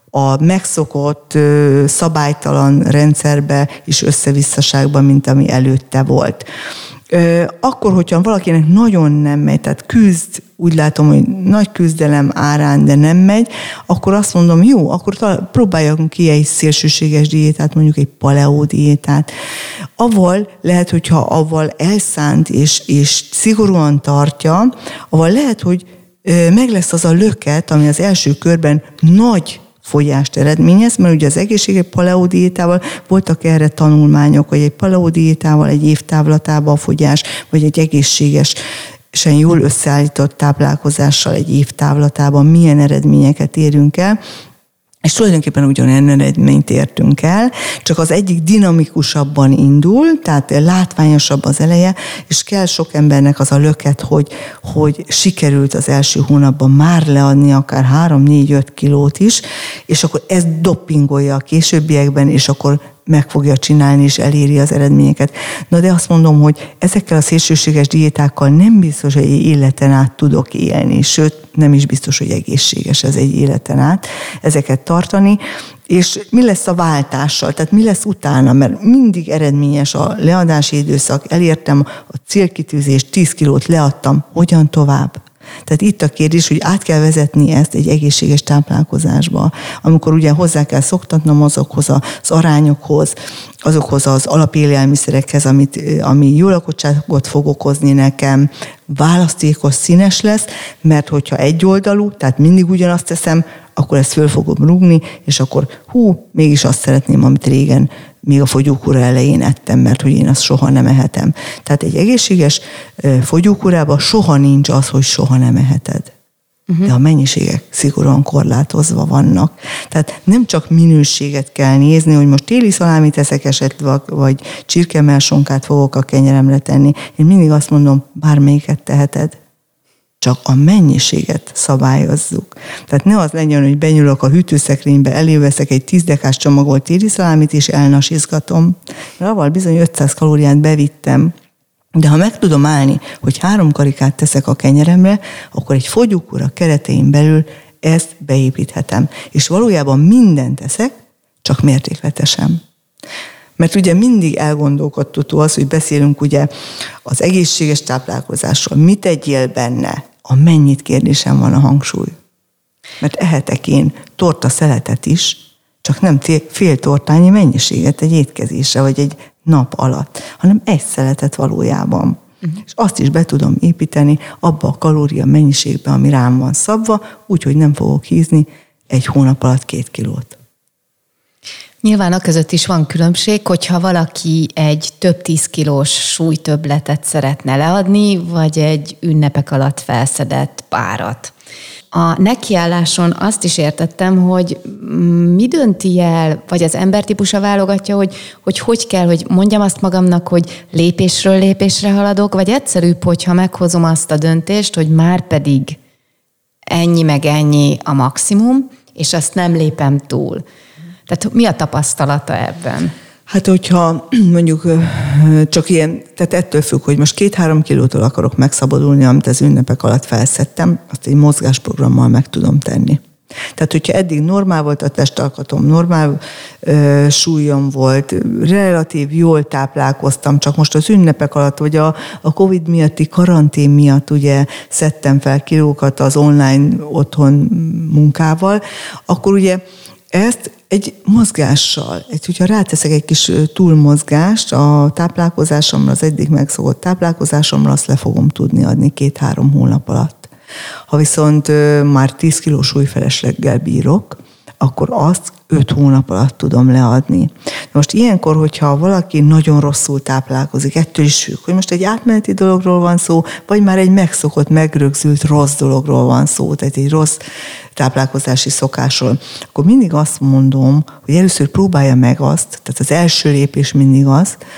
a megszokott, szabálytalan rendszerbe és összevisszaságban, mint ami előtte volt. Akkor, hogyha valakinek nagyon nem megy, tehát küzd, úgy látom, hogy nagy küzdelem árán, de nem megy, akkor azt mondom, jó, akkor talán próbáljunk ki egy szélsőséges diétát, mondjuk egy paleó diétát. Avval lehet, hogyha avval elszánt és, és szigorúan tartja, avval lehet, hogy meg lesz az a löket, ami az első körben nagy fogyást eredményez, mert ugye az egészséges paleó diétával voltak erre tanulmányok, hogy egy paleó diétával egy év távlatában a fogyás, vagy egy egészségesen jól összeállított táplálkozással egy év távlatában milyen eredményeket érünk el, és tulajdonképpen ugyanolyan eredményt értünk el, csak az egyik dinamikusabban indul, tehát látványosabb az eleje, és kell sok embernek az a löket, hogy, hogy sikerült az első hónapban már leadni akár három, négy, öt kilót is, és akkor ez doppingolja a későbbiekben, és akkor meg fogja csinálni, és eléri az eredményeket. Na de azt mondom, hogy ezekkel a szélsőséges diétákkal nem biztos, hogy egy életen át tudok élni, sőt, nem is biztos, hogy egészséges ez egy életen át ezeket tartani, és mi lesz a váltással, tehát mi lesz utána, mert mindig eredményes a leadási időszak, elértem a célkitűzést, tíz kilót leadtam, hogyan tovább? Tehát itt a kérdés, hogy át kell vezetni ezt egy egészséges táplálkozásba, amikor ugye hozzá kell szoktatnom azokhoz az arányokhoz, azokhoz az alapélelmiszerekhez, amit, ami jó lakottságot fog okozni nekem, választékos, színes lesz, mert hogyha egyoldalú, tehát mindig ugyanazt teszem, akkor ezt föl fogom rúgni, és akkor hú, mégis azt szeretném, amit régen még a fogyókúra elején ettem, mert hogy én azt soha nem ehetem. Tehát egy egészséges fogyókúrában soha nincs az, hogy soha nem eheted. Uh-huh. De a mennyiségek szigorúan korlátozva vannak. Tehát nem csak minőséget kell nézni, hogy most téli szalámit eszek esetleg, vagy csirkemelsonkát fogok a kenyeremre tenni. Én mindig azt mondom, bármelyiket teheted. Csak a mennyiséget szabályozzuk. Tehát ne az legyen, hogy benyúlok a hűtőszekrénybe, eléveszek egy tíz dekás csomagolt téli szalámit, és elnasizgatom. Mert avval bizony ötszáz kalóriát bevittem. De ha meg tudom állni, hogy három karikát teszek a kenyeremre, akkor egy fogyókúra keretein belül ezt beépíthetem. És valójában mindent teszek, csak mértékletesen. Mert ugye mindig elgondolkodtató az, hogy beszélünk ugye az egészséges táplálkozásról. Mit egyél benne? A mennyit kérdésem van a hangsúly. Mert ehetek én torta szeletet is, csak nem fél tortányi mennyiséget egy étkezésre, vagy egy nap alatt, hanem egy szeletet valójában. Uh-huh. És azt is be tudom építeni abba a kalória mennyiségbe, ami rám van szabva, úgyhogy nem fogok hízni egy hónap alatt két kilót. Nyilván a között is van különbség, hogyha valaki egy több tíz kilós súlytöbbletet szeretne leadni, vagy egy ünnepek alatt felszedett párat. A nekiálláson azt is értettem, hogy mi dönti el, vagy az embertípusa válogatja, hogy, hogy hogy kell, hogy mondjam azt magamnak, hogy lépésről lépésre haladok, vagy egyszerűbb, hogyha meghozom azt a döntést, hogy már pedig ennyi meg ennyi a maximum, és azt nem lépem túl. Tehát mi a tapasztalata ebben? Hát, hogyha mondjuk csak ilyen, tehát ettől függ, hogy most két-három kilótól akarok megszabadulni, amit az ünnepek alatt felszettem, azt egy mozgásprogrammal meg tudom tenni. Tehát, hogyha eddig normál volt a testalkatom, normál ö, súlyom volt, relatív jól táplálkoztam, csak most az ünnepek alatt, vagy a, a Covid miatti karantén miatt ugye szedtem fel kilókat az online otthon munkával, akkor ugye ezt egy mozgással, egy, hogyha ráteszek egy kis túlmozgást a táplálkozásomra, az eddig megszokott táplálkozásomra, azt le fogom tudni adni két-három hónap alatt. Ha viszont már tíz kilós súlyfelesleggel bírok, akkor azt öt hónap alatt tudom leadni. Most ilyenkor, hogyha valaki nagyon rosszul táplálkozik, ettől is függ, hogy most egy átmeneti dologról van szó, vagy már egy megszokott, megrögzült rossz dologról van szó, tehát egy rossz táplálkozási szokásról, akkor mindig azt mondom, hogy először próbálja meg azt, tehát az első lépés mindig az,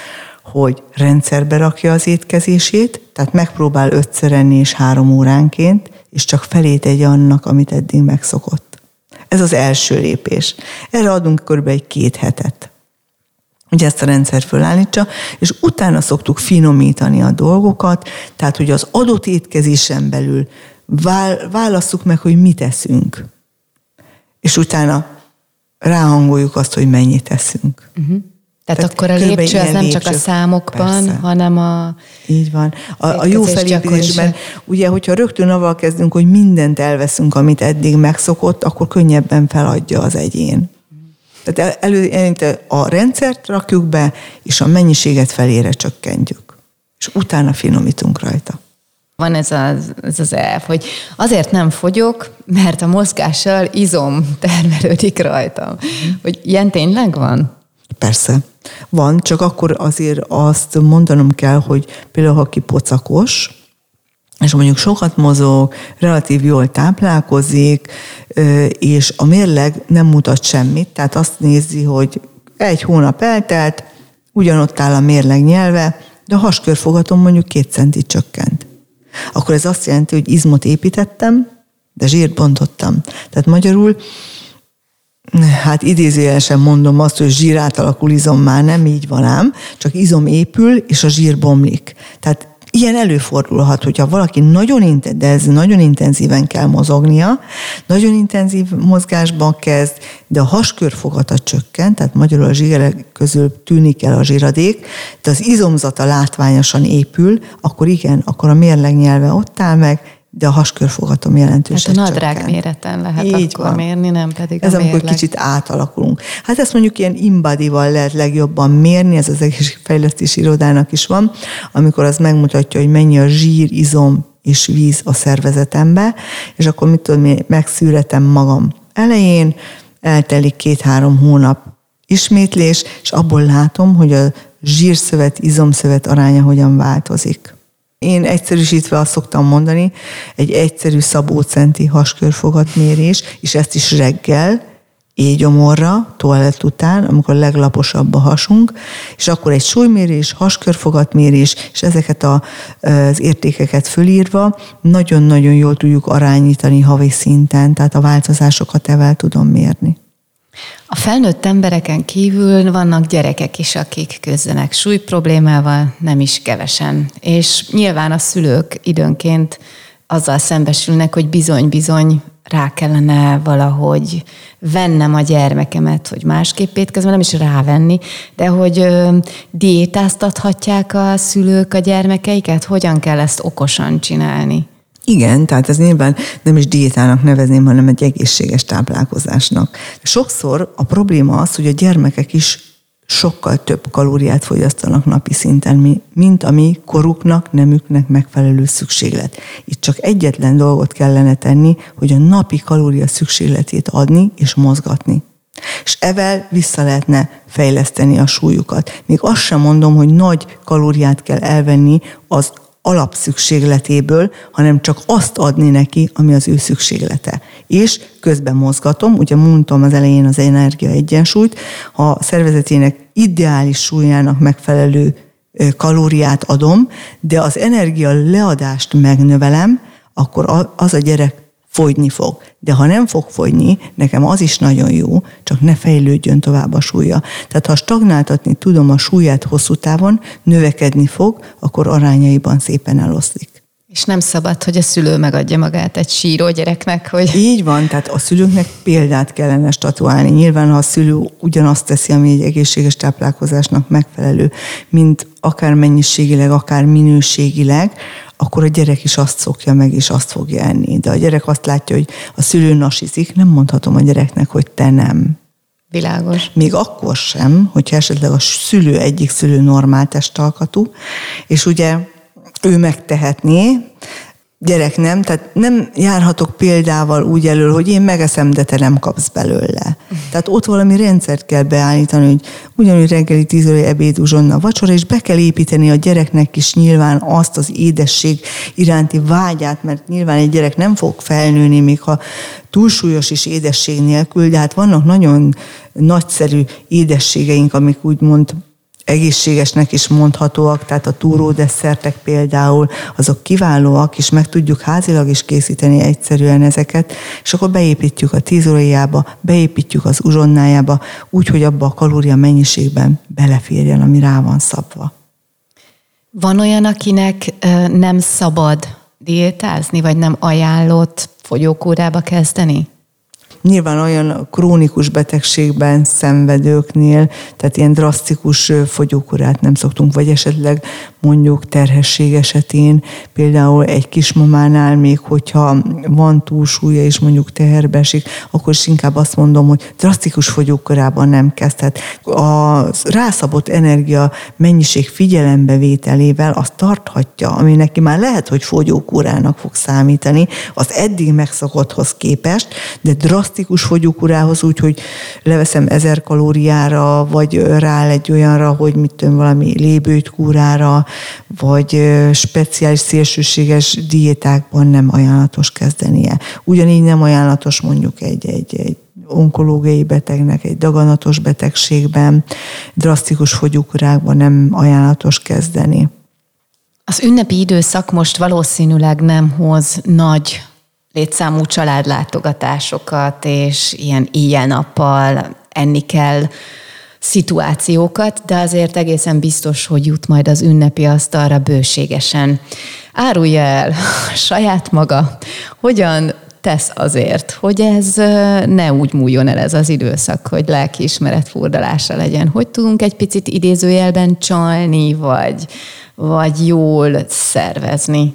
hogy rendszerbe rakja az étkezését, tehát megpróbál ötször enni és három óránként, és csak felét egy annak, amit eddig megszokott. Ez az első lépés. Erre adunk kb. Egy két hetet, hogy ezt a rendszer fölállítsa, és utána szoktuk finomítani a dolgokat, tehát hogy az adott étkezésen belül válasszuk meg, hogy mit eszünk. És utána ráhangoljuk azt, hogy mennyit teszünk. Uh-huh. Tehát, Tehát akkor a lépcső az nem lépcső, csak a számokban, persze, hanem a... Így van. A, a jó felépítésben, ugye, hogyha rögtön avval kezdünk, hogy mindent elveszünk, amit eddig megszokott, akkor könnyebben feladja az egyén. Tehát elő, a rendszert rakjuk be, és a mennyiséget felére csökkentjük. És utána finomítunk rajta. Van ez az, ez az elv, hogy azért nem fogyok, mert a mozgással izom termelődik rajtam. Mm. Hogy ilyen tényleg van? Persze. Van, csak akkor azért azt mondanom kell, hogy például, ha ki pocakos, és mondjuk sokat mozog, relatív jól táplálkozik, és a mérleg nem mutat semmit, tehát azt nézi, hogy egy hónap eltelt, ugyanott áll a mérleg nyelve, de a haskörfogatom mondjuk két centit csökkent. Akkor ez azt jelenti, hogy izmot építettem, de zsírt bontottam. Tehát magyarul, hát idézőjelesen mondom azt, hogy zsír átalakul, izom már nem így van ám, csak izom épül, és a zsír bomlik. Tehát ilyen előfordulhat, hogyha valaki nagyon intenzív, de ez nagyon intenzíven kell mozognia, nagyon intenzív mozgásban kezd, de a haskörfogata csökken, tehát magyarul a zsírek közül tűnik el a zsíradék, de az izomzata látványosan épül, akkor igen, akkor a mérleg nyelve ott áll meg, de a haskörfogatom jelentősen csökken. Hát a nadrág méreten lehet így akkor van. Mérni, nem pedig ez a mérleg. Ez amikor kicsit átalakulunk. Hát ezt mondjuk ilyen InBody-val lehet legjobban mérni, ez az egészségfejlesztési irodának is van, amikor az megmutatja, hogy mennyi a zsír, izom és víz a szervezetembe, és akkor mit tudom, megszűretem magam elején, eltelik két-három hónap ismétlés, és abból látom, hogy a zsírszövet, izomszövet aránya hogyan változik. Én egyszerűsítve azt szoktam mondani, egy egyszerű szabócenti haskörfogatmérés, és ezt is reggel, éjgyomorra, toalett után, amikor a leglaposabb a hasunk, és akkor egy súlymérés, haskörfogatmérés, és ezeket a, az értékeket fölírva nagyon-nagyon jól tudjuk arányítani havi szinten, tehát a változásokat evel tudom mérni. A felnőtt embereken kívül vannak gyerekek is, akik küzdenek súlyproblémával, nem is kevesen. És nyilván a szülők időnként azzal szembesülnek, hogy bizony-bizony rá kellene valahogy vennem a gyermekemet, hogy másképp étkezem, nem is rávenni, de hogy ö, diétáztathatják a szülők a gyermekeiket, hogyan kell ezt okosan csinálni? Igen, tehát ez nyilván nem is diétának nevezném, hanem egy egészséges táplálkozásnak. Sokszor a probléma az, hogy a gyermekek is sokkal több kalóriát fogyasztanak napi szinten, mint ami koruknak, nemüknek megfelelő szükséglet. Itt csak egyetlen dolgot kellene tenni, hogy a napi kalória szükségletét adni és mozgatni. És evel vissza lehetne fejleszteni a súlyukat. Még azt sem mondom, hogy nagy kalóriát kell elvenni az alapszükségletéből, hanem csak azt adni neki, ami az ő szükséglete. És közben mozgatom, ugye mondtam az elején az energia egyensúlyt, ha a szervezetének ideális súlyának megfelelő kalóriát adom, de az energia leadást megnövelem, akkor az a gyerek fogyni fog. De ha nem fog fogyni, nekem az is nagyon jó, csak ne fejlődjön tovább a súlya. Tehát ha stagnáltatni tudom a súlyát hosszú távon, növekedni fog, akkor arányaiban szépen eloszlik. És nem szabad, hogy a szülő megadja magát egy síró gyereknek, hogy... Így van, tehát a szülőknek példát kellene statuálni. Nyilván, ha a szülő ugyanazt teszi, ami egy egészséges táplálkozásnak megfelelő, mint akár mennyiségileg, akár minőségileg, akkor a gyerek is azt szokja meg, és azt fogja enni. De a gyerek azt látja, hogy a szülő nasizik, nem mondhatom a gyereknek, hogy te nem. Világos. Még akkor sem, hogyha esetleg a szülő egyik szülő normál testalkatú, és ugye ő megtehetné, gyerek nem, tehát nem járhatok példával úgy elől, hogy én megeszem, de te nem kapsz belőle. Tehát ott valami rendszert kell beállítani, hogy ugyanúgy reggeli tíz órai ebéd, uzsonna, vacsora, és be kell építeni a gyereknek is nyilván azt az édesség iránti vágyát, mert nyilván egy gyerek nem fog felnőni, még ha túlsúlyos is édesség nélkül, de hát vannak nagyon nagyszerű édességeink, amik úgymond egészségesnek is mondhatóak, tehát a túródesszertek például, azok kiválóak, és meg tudjuk házilag is készíteni egyszerűen ezeket, és akkor beépítjük a tíz órájába, beépítjük az uzsonnájába, úgy, hogy abba a kalória mennyiségben beleférjen, ami rá van szabva. Van olyan, akinek nem szabad diétázni, vagy nem ajánlott fogyókúrába kezdeni? Nyilván olyan krónikus betegségben szenvedőknél, tehát ilyen drasztikus fogyókúrát nem szoktunk, vagy esetleg mondjuk terhesség esetén, például egy kismamánál még, hogyha van túlsúlya és mondjuk teherbe esik, akkor is inkább azt mondom, hogy drasztikus fogyókúrában nem kezd. Tehát a rászabott energia mennyiség figyelembevételével azt tarthatja, ami neki már lehet, hogy fogyókúrának fog számítani, az eddig megszokotthoz képest, de drasztikus fogyókúrához úgy, hogy leveszem ezer kalóriára, vagy rááll egy olyanra, hogy mit tudom, valami lébőjtkúrára, vagy speciális szélsőséges diétákban nem ajánlatos kezdenie. Ugyanígy nem ajánlatos mondjuk egy, egy, egy onkológiai betegnek, egy daganatos betegségben, drasztikus fogyókúrákban nem ajánlatos kezdeni. Az ünnepi időszak most valószínűleg nem hoz nagy létszámú családlátogatásokat, és ilyen éjjel-nappal enni kell szituációkat, de azért egészen biztos, hogy jut majd az ünnepi asztalra bőségesen. Árulja el saját maga, hogyan tesz azért, hogy ez ne úgy múljon el ez az időszak, hogy lelkiismeret furdalása legyen. Hogy tudunk egy picit idézőjelben csalni, vagy, vagy jól szervezni?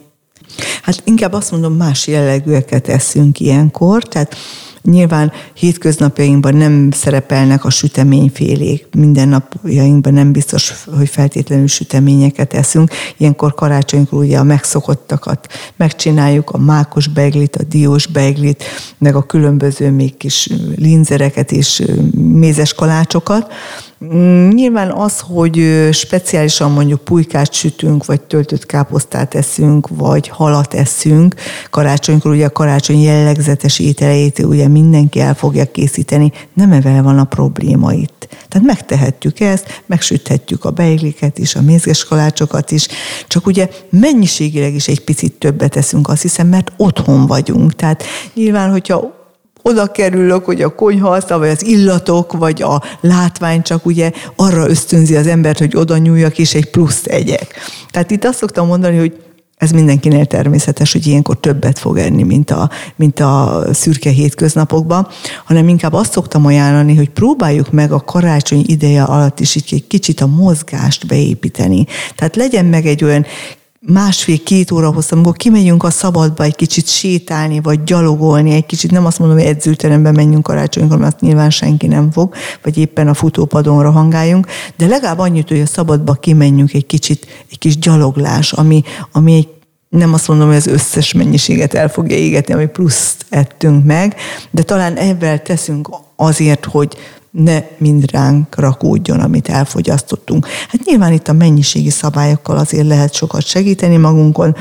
Hát inkább azt mondom, más jellegűeket eszünk ilyenkor, tehát nyilván hétköznapjainkban nem szerepelnek a süteményfélék, mindennapjainkban nem biztos, hogy feltétlenül süteményeket eszünk. Ilyenkor karácsonykor ugye a megszokottakat megcsináljuk, a mákos beiglit, a diós beiglit, meg a különböző még kis linzereket és mézes kalácsokat. Nyilván az, hogy speciálisan mondjuk pulykát sütünk, vagy töltött káposztát eszünk, vagy halat eszünk, karácsonykor ugye a karácsony jellegzetes ételeit ugye mindenki el fogja készíteni, nem evel van a probléma itt. Tehát megtehetjük ezt, megsüthetjük a beigliket is, a mézges kalácsokat is, csak ugye mennyiségileg is egy picit többet eszünk, azt hiszem, mert otthon vagyunk. Tehát nyilván, hogyha oda kerülök, hogy a konyhaasztal, vagy az illatok, vagy a látvány csak ugye arra ösztönzi az embert, hogy oda nyúljak és egy pluszt egyek. Tehát itt azt szoktam mondani, hogy ez mindenkinél természetes, hogy ilyenkor többet fog enni, mint a, mint a szürke hétköznapokban, hanem inkább azt szoktam ajánlani, hogy próbáljuk meg a karácsony ideje alatt is egy kicsit a mozgást beépíteni. Tehát legyen meg egy olyan másfél-két óra hosszú, amikor kimegyünk a szabadba egy kicsit sétálni, vagy gyalogolni, egy kicsit, nem azt mondom, hogy edzőterembe menjünk karácsonykor, mert azt nyilván senki nem fog, vagy éppen a futópadon rohangáljunk, de legalább annyit, hogy a szabadba kimenjünk egy kicsit, egy kis gyaloglás, ami, ami egy, nem azt mondom, hogy az összes mennyiséget el fogja égetni, ami pluszt ettünk meg, de talán ebben teszünk azért, hogy ne mind ránk rakódjon, amit elfogyasztottunk. Hát nyilván itt a mennyiségi szabályokkal azért lehet sokat segíteni magunkon.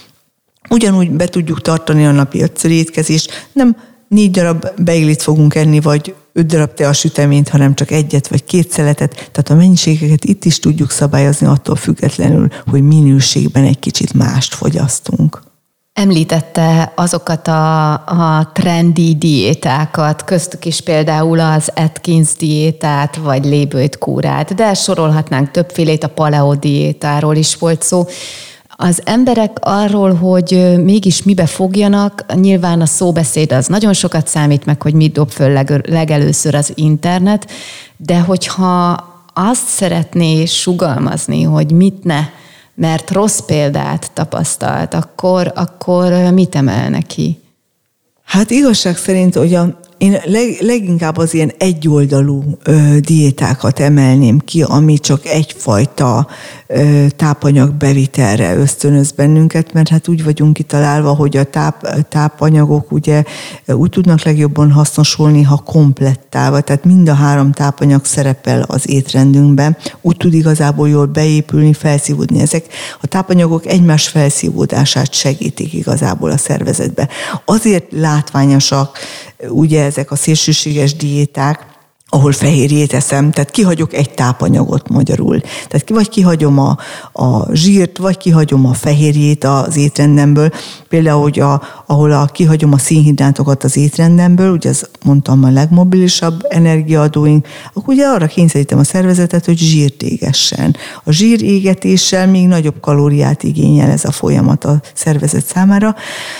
Ugyanúgy be tudjuk tartani a napi ötször étkezést, nem négy darab beiglit fogunk enni, vagy öt darab teasüteményt, hanem csak egyet vagy két szeletet. Tehát a mennyiségeket itt is tudjuk szabályozni attól függetlenül, hogy minőségben egy kicsit mást fogyasztunk. Említette azokat a, a trendi diétákat, köztük is például az Atkins diétát, vagy lébőjtkúrát, de sorolhatnánk többfélét, a paleo diétáról is volt szó. Az emberek arról, hogy mégis mibe fogjanak, nyilván a szóbeszéd az nagyon sokat számít meg, hogy mit dob föl leg, legelőször az internet, de hogyha azt szeretné sugalmazni, hogy mit ne, mert rossz példát tapasztalt, akkor, akkor mit emelne ki? Hát igazság szerint, hogy a, én leg, leginkább az ilyen egyoldalú ö, diétákat emelném ki, ami csak egyfajta ö, tápanyag bevitelre ösztönöz bennünket, mert hát úgy vagyunk kitalálva, hogy a táp, tápanyagok ugye úgy tudnak legjobban hasznosulni, ha komplettálva, tehát mind a három tápanyag szerepel az étrendünkben, úgy tud igazából jól beépülni, felszívódni. Ezek a tápanyagok egymás felszívódását segítik igazából a szervezetbe. Azért látványosak ugye ezek a szélsőséges diéták, ahol fehérjét eszem, tehát kihagyok egy tápanyagot magyarul. Tehát vagy kihagyom a, a zsírt, vagy kihagyom a fehérjét az étrendemből. Például, hogy a, ahol a, kihagyom a szénhidrátokat az étrendemből, ugye az mondtam a legmobilisabb energiaadóink, akkor ugye arra kényszerítem a szervezetet, hogy zsírt égessen. A zsír égetéssel még nagyobb kalóriát igényel ez a folyamat a szervezet számára,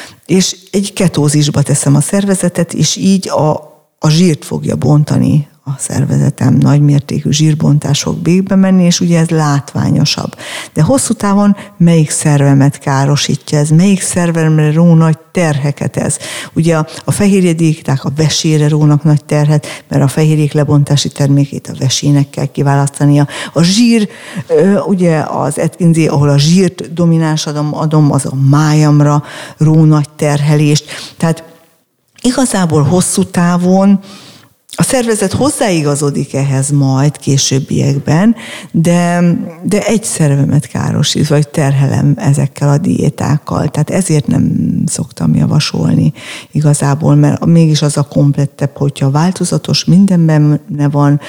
és egy ketózisba teszem a szervezetet, és így a, a zsírt fogja bontani a szervezetem, nagymértékű zsírbontás fog végbe menni, és ugye ez látványosabb. De hosszú távon melyik szervemet károsítja ez, melyik szervemre ró nagy terheket ez. Ugye a, a fehérjediéták a vesére rónak nagy terhet, mert a fehérjék lebontási termékét a vesének kell kiválasztania. A zsír, ugye az Atkinsi, ahol a zsírt domináns adom, adom az a májamra ró nagy terhelést. Tehát igazából hosszú távon a szervezet hozzáigazodik ehhez majd későbbiekben, de, de egy szervemet károsít, vagy terhelem ezekkel a diétákkal. Tehát ezért nem szoktam javasolni igazából, mert mégis az a komplettebb, hogyha változatos, mindenben van,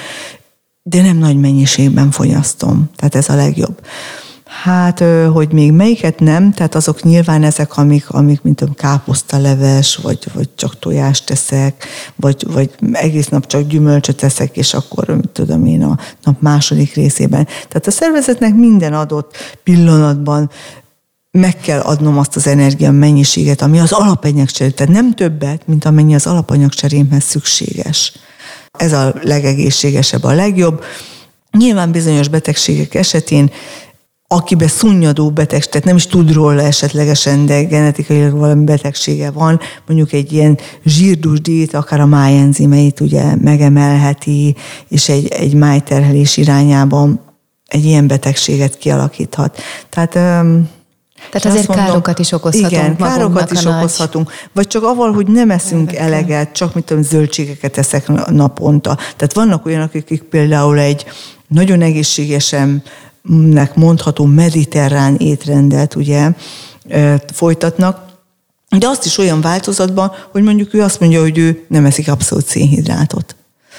de nem nagy mennyiségben fogyasztom. Tehát ez a legjobb. Hát, hogy még melyiket nem, tehát azok nyilván ezek, amik, amik mint a káposztaleves, vagy, vagy csak tojást teszek, vagy, vagy egész nap csak gyümölcsöt teszek, és akkor, tudom én, a nap második részében. Tehát a szervezetnek minden adott pillanatban meg kell adnom azt az energia mennyiséget, ami az alapanyagcseré, tehát nem többet, mint amennyi az alapanyagcserémhez szükséges. Ez a legegészségesebb, a legjobb. Nyilván bizonyos betegségek esetén akiben szunnyadó beteg, tehát nem is tud róla esetlegesen, de genetikailag valami betegsége van, mondjuk egy ilyen zsírdús diéta, akár a májenzimeit ugye megemelheti, és egy, egy májterhelés irányában egy ilyen betegséget kialakíthat. Tehát, Tehát azért mondom, károkat is okozhatunk. Igen, károkat is okozhatunk. Vagy csak avval, hogy nem eszünk Érdekkel. eleget, csak mit tudom, zöldségeket eszek naponta. Tehát vannak olyanok, akik például egy nagyon egészségesen nek mondható mediterrán étrendet ugye folytatnak, de azt is olyan változatban, hogy mondjuk ő azt mondja, hogy ő nem eszik abszolút szénhidrátot.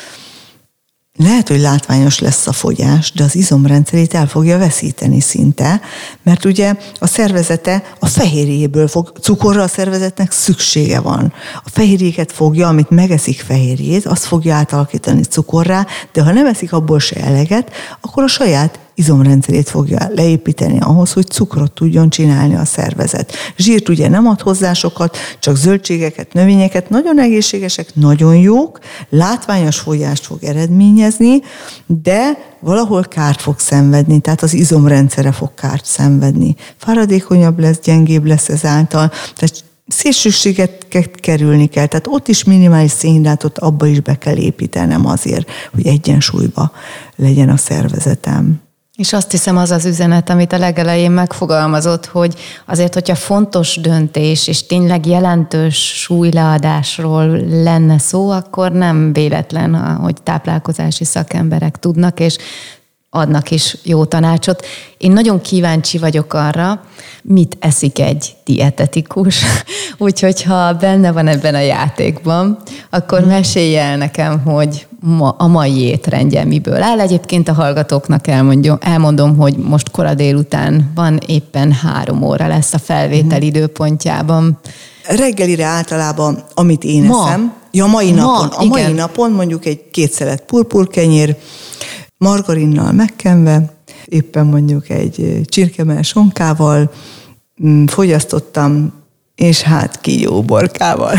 Lehet, hogy látványos lesz a fogyás, de az izomrendszerét el fogja veszíteni szinte, mert ugye a szervezete a fehérjéből fog, cukorra a szervezetnek szüksége van. A fehérjéket fogja, amit megeszik fehérjét, azt fogja átalakítani cukorrá, de ha nem eszik abból se eleget, akkor a saját izomrendszerét fogja leépíteni ahhoz, hogy cukrot tudjon csinálni a szervezet. Zsírt ugye nem ad hozzá sokat, csak zöldségeket, növényeket, nagyon egészségesek, nagyon jók, látványos fogyást fog eredményezni, de valahol kárt fog szenvedni, tehát az izomrendszere fog kárt szenvedni. Fáradékonyabb lesz, gyengébb lesz ezáltal, tehát szélsőséget kerülni kell, tehát ott is minimális szénhidrátot abba is be kell építenem azért, hogy egyensúlyba legyen a szervezetem. És azt hiszem, az az üzenet, amit a legelején megfogalmazott, hogy azért, hogyha fontos döntés, és tényleg jelentős súlyleadásról lenne szó, akkor nem véletlen, hogy táplálkozási szakemberek tudnak, és adnak is jó tanácsot. Én nagyon kíváncsi vagyok arra, mit eszik egy dietetikus, úgyhogy ha benne van ebben a játékban, akkor mesélj el nekem, hogy ma, a mai étrendje miből áll. Egyébként a hallgatóknak elmondom, elmondom, hogy most kora délután van, éppen három óra lesz a felvétel időpontjában. Reggelire általában, amit én ma. eszem, ja, mai ma, napon, a mai igen. napon mondjuk egy két szelet purpurkenyér, margarinnal megkenve, éppen mondjuk egy csirkemell sonkával fogyasztottam, és hát kígyó borkával.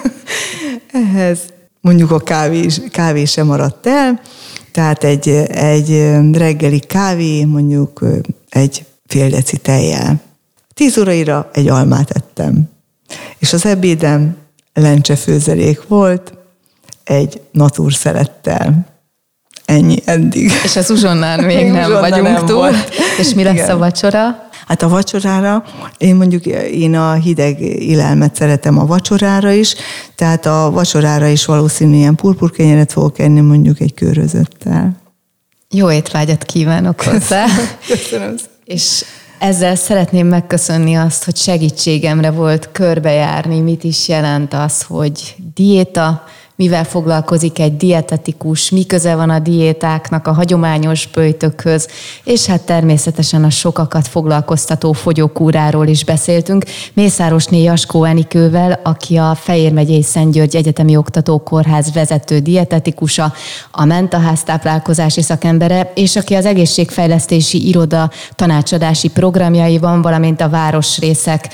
Ehhez mondjuk a kávé, kávé sem maradt el, tehát egy, egy reggeli kávé, mondjuk egy fél deci tejjel. Tíz óraira egy almát ettem, és az ebédem lencsefőzelék volt, egy natúrszelettel. Ennyi eddig. És az uzsonnán még nem uzsonna vagyunk nem túl. Volt. És mi lesz Igen. a vacsora? Hát a vacsorára, én mondjuk én a hideg élelmet szeretem a vacsorára is, tehát a vacsorára is valószínűleg ilyen purpurkenyeret fogok enni mondjuk egy körözöttel. Jó étvágyat kívánok hozzá. Köszönöm. És ezzel szeretném megköszönni azt, hogy segítségemre volt körbejárni, mit is jelent az, hogy diéta, mivel foglalkozik egy dietetikus, mi köze van a diétáknak a hagyományos böjtökhöz, és hát természetesen a sokakat foglalkoztató fogyókúráról is beszéltünk. Mészárosné Jaskó Enikővel, aki a Fejér megyei Szent György Egyetemi Oktatókórház vezető dietetikusa, a Mentaház táplálkozási szakembere, és aki az egészségfejlesztési iroda tanácsadási programjaiban, valamint a városrészek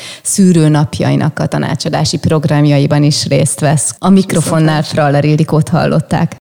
szűrőnapjainak a tanácsadási programjaiban is részt vesz. A mikrofonnál Fraller Ildikót hallották.